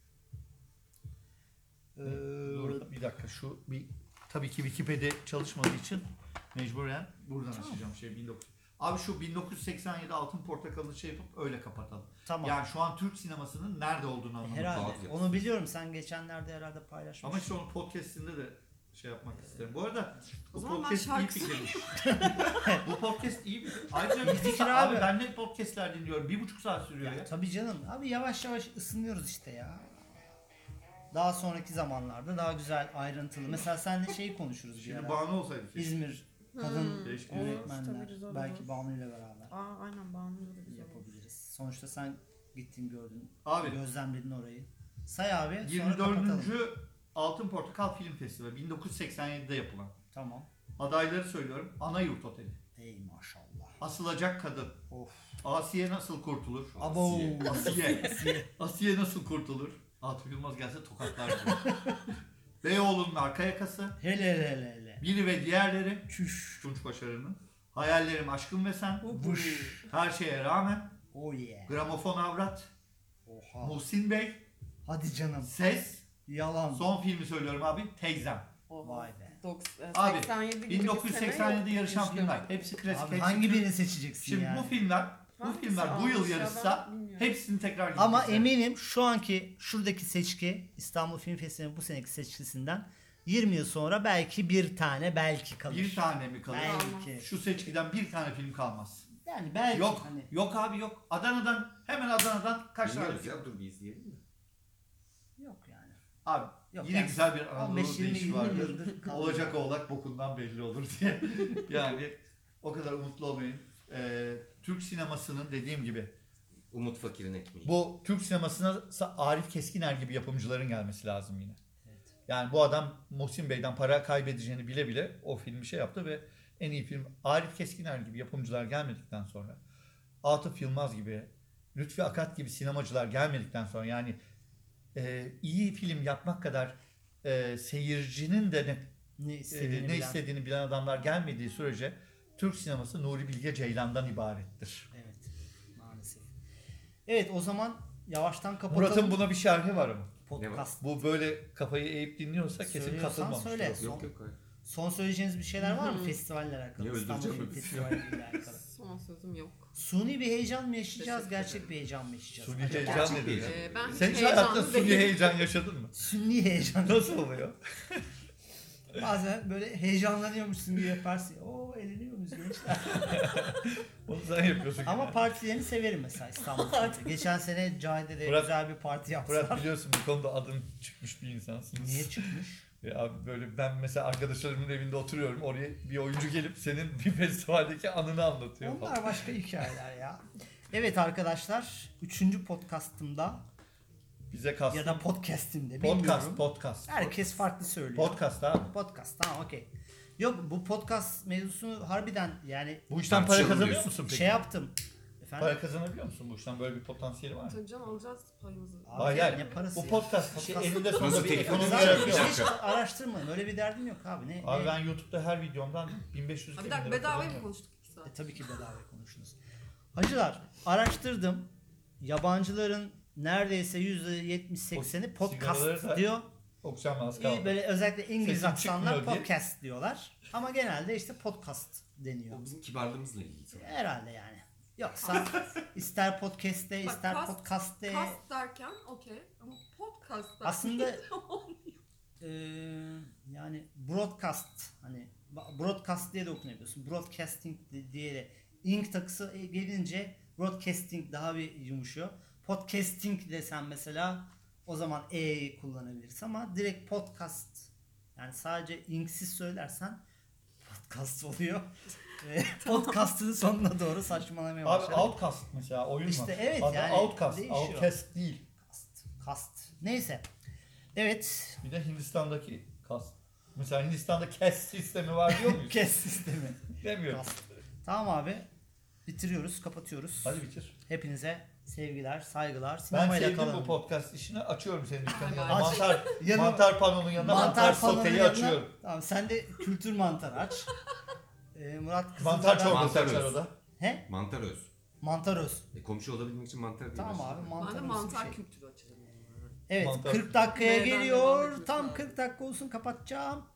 Dur bir dakika şu bir tabii ki Wikipedia çalışmadığı için mecburen buradan açacağım şey 19. Abi şu 1987 Altın Portakal'ı şey yapıp öyle kapatalım. Tamam. Yani şu an Türk sinemasının nerede olduğunu anlamak Herhalde. lazım. lazım. Onu biliyorum. Sen geçenlerde herhalde paylaşmıştın. Ama işte onun podcast'inde de şey yapmak isterim. Bu arada O bu zaman ben podcast iyi şarkı fikirmiş. Bu podcast iyi bir Ayrıca İyi fikir abi. abi. Ben ne podcast'ler dinliyorum. 1,5 saat sürüyor ya. Tabii canım. Abi yavaş yavaş ısınıyoruz işte ya. Daha sonraki zamanlarda daha güzel ayrıntılı. Mesela seninle şeyi konuşuruz bir Şimdi ara. Banu olsaydı keşke. İzmir kadın Keşke. Olur, tabii yönetmenler. güzel Belki olur. Banu ile beraber Aa, aynen Banu'yla da güzel olur. yapabiliriz. Sonuçta sen gittin gördün. Abi. Gözlemledin orayı. Say abi. Sonra 24. kapatalım. Altın Portakal Film Festivali 1987'de yapılan. Tamam. Adayları söylüyorum. Anayurt Oteli. Ey maşallah. Asılacak Kadın. Of. Asiye Nasıl Kurtulur? Abo. Asiye. Asiye Nasıl Kurtulur? Atıf Yılmaz gelse tokatlar bizi. Beyoğlu'nun Arka Yakası. Hele hele hele. Biri ve Diğerleri. Çüş. Tunç Başarı'nın. Hayallerim, Aşkım ve Sen. Vuş. Her Şeye Rağmen. Oh yeah. Gramofon Avrat. Oha. Muhsin Bey. Hadi canım. Ses. Yalan. Son filmi söylüyorum abi. Teyzem. Vay be. Abi, 87 gibi bir sene 1987'de yok. yarışan İşte. filmler. Hepsi klasik. Abi hepsi hangi Türk. birini seçeceksin Şimdi yani? bu filmler Hangisi bu yıl almış ya, yarışsa ben bilmiyorum. hepsini tekrar Ama gidecekler. eminim şu anki şuradaki seçki İstanbul Film Festivali bu seneki seçkisinden 20 yıl sonra belki bir tane belki kalır. Bir tane mi kalır? Belki. Şu seçkiden bir tane film kalmaz. Yani belki Yok. hani Yok abi yok. Hemen Adana'dan kaç tane Bilmiyoruz film? ya, dur bir izleyelim mi? yok yani. Abi Yok yine yani güzel bir Anadolu 15-20 deyişi yıldır vardır. kaldı. Olacak oğlak bokundan belli olur diye. Yani o kadar umutlu olmayın. Türk sinemasının dediğim gibi Umut Fakir'in ekmeği. bu Türk sinemasına Arif Keskiner gibi yapımcıların gelmesi lazım yine. Evet. Yani bu adam Muhsin Bey'den para kaybedeceğini bile bile o filmi şey yaptı ve en iyi film Arif Keskiner gibi yapımcılar gelmedikten sonra Atıf Yılmaz gibi Lütfi Akat gibi sinemacılar gelmedikten sonra yani iyi film yapmak kadar seyircinin de Ne istediğini ne bilen. istediğini bilen adamlar gelmediği sürece Türk sineması Nuri Bilge Ceylan'dan ibarettir. Evet. Maalesef. Evet o zaman yavaştan kapatalım. Murat'ın buna bir şerhi var ama. podcast. Bu böyle kafayı eğip dinliyorsa kesin Söylüyorsan katılmamıştır. söyle. o. Yok yok hayır. Son söyleyeceğiniz bir şeyler var mı festivalle alakalı? Niye İstanbul öldüreceğim Film mi? Festivali ile alakalı. Son sözüm yok. Suni bir heyecan mı yaşayacağız, Teşekkür gerçek bir heyecan mı yaşayacağız? Suni Acaba? heyecan Gerçek nedir? heyecan. ya? Ben hiç Sen hiç hayatta heyecanlı suni değilim. heyecan yaşadın mı? Sünni heyecan. Nasıl oluyor? Bazen böyle heyecanlanıyormuşsun gibi yaparsın. Oo eğleniyor muyuz gençler? Onu sen yapıyorsun. Ama gibi. partilerini severim mesela İstanbul'da. Geçen sene Cahide'de Fırat- güzel bir parti yaptılar. Fırat biliyorsun bu konuda adın çıkmış bir insansın. Niye çıkmış? Abi böyle ben mesela arkadaşlarımın evinde oturuyorum. Oraya bir oyuncu gelip senin bir festivaldeki anını anlatıyor falan. Onlar başka hikayeler ya. Evet arkadaşlar 3. podcastımda Bize kastın. ya da podcastimde podcast, bilmiyorum. podcast. Herkes farklı söylüyor. Podcast abi. Podcast tamam okey. Yok bu podcast mevzusunu harbiden yani Bu işten para Tartışalım kazanıyor diyorsun. musun peki? şey yaptım. Efendim? Para kazanabiliyor musun bu işten? Böyle bir potansiyeli var mı? Tabii canım alacağız payımızı. Abi Hayır, ya, hayır. ne parası Bu ya? podcast şey, eninde sonunda Nasıl bir telif ekonomi alacağız? yaratıyor. Bir Hiç dakika. araştırmayın. Öyle bir derdim yok abi. Ne? Abi ne? ben YouTube'da her videomdan 1500 Ha, bir dakika bedavaya mı konuştuk 2 saat? Tabii ki bedava konuştunuz. Hacılar araştırdım. Yabancıların neredeyse %70-80'i Sigaraları podcast da diyor. Okşanma az kaldı. Böyle özellikle İngiliz Sesim aksanlar çıkmıyor diye. podcast diyorlar. Ama genelde işte podcast deniyor. O bizim kibarlığımızla ilgili. sanırım. Herhalde yani. Yoksa ister podcast'te Bak, ister kast- podcast'te Kast derken okey ama podcast derken aslında yani broadcast hani broadcast diye de okunabiliyorsun. Broadcasting diye de ink takısı gelince broadcasting daha bir yumuşuyor. Podcasting desen mesela o zaman E'yi kullanabilirsin ama direkt podcast Yani sadece inksiz söylersen podcast oluyor. Podcast'ın sonuna doğru saçmalamaya Abi başladık. Outcast mesela oyun İşte var. evet, Adı yani Outcast, değişiyor. Outcast değil. Kast. Neyse. Evet. Bir de Hindistan'daki kast. Mesela Hindistan'da caste sistemi var diyor muyuz? Kes sistemi. Demiyorum. Kast. Tamam abi. Bitiriyoruz, kapatıyoruz. Hadi bitir. Hepinize sevgiler, saygılar. Ben Sinemayla sevdim kalalım. bu podcast işini. Açıyorum senin dükkanın yanına. Aç. Mantar, Yanı- mantar panonun yanına mantar panonun soteyi yanına- açıyorum. Tamam, sen de kültür mantarı aç. Murat Mantar Kızılca'dan- çorbası Mantar açar öz. o da. He? Mantar öz. Mantar öz. Komşu olabilmek için mantar değil. Tamam aslında. abi, Ben mantar de öz bir mantar şey. kültürü açarım. Evet, Mantar. 40 dakikaya Neyden devam geliyor. etmek Tam lazım? 40 dakika olsun, kapatacağım.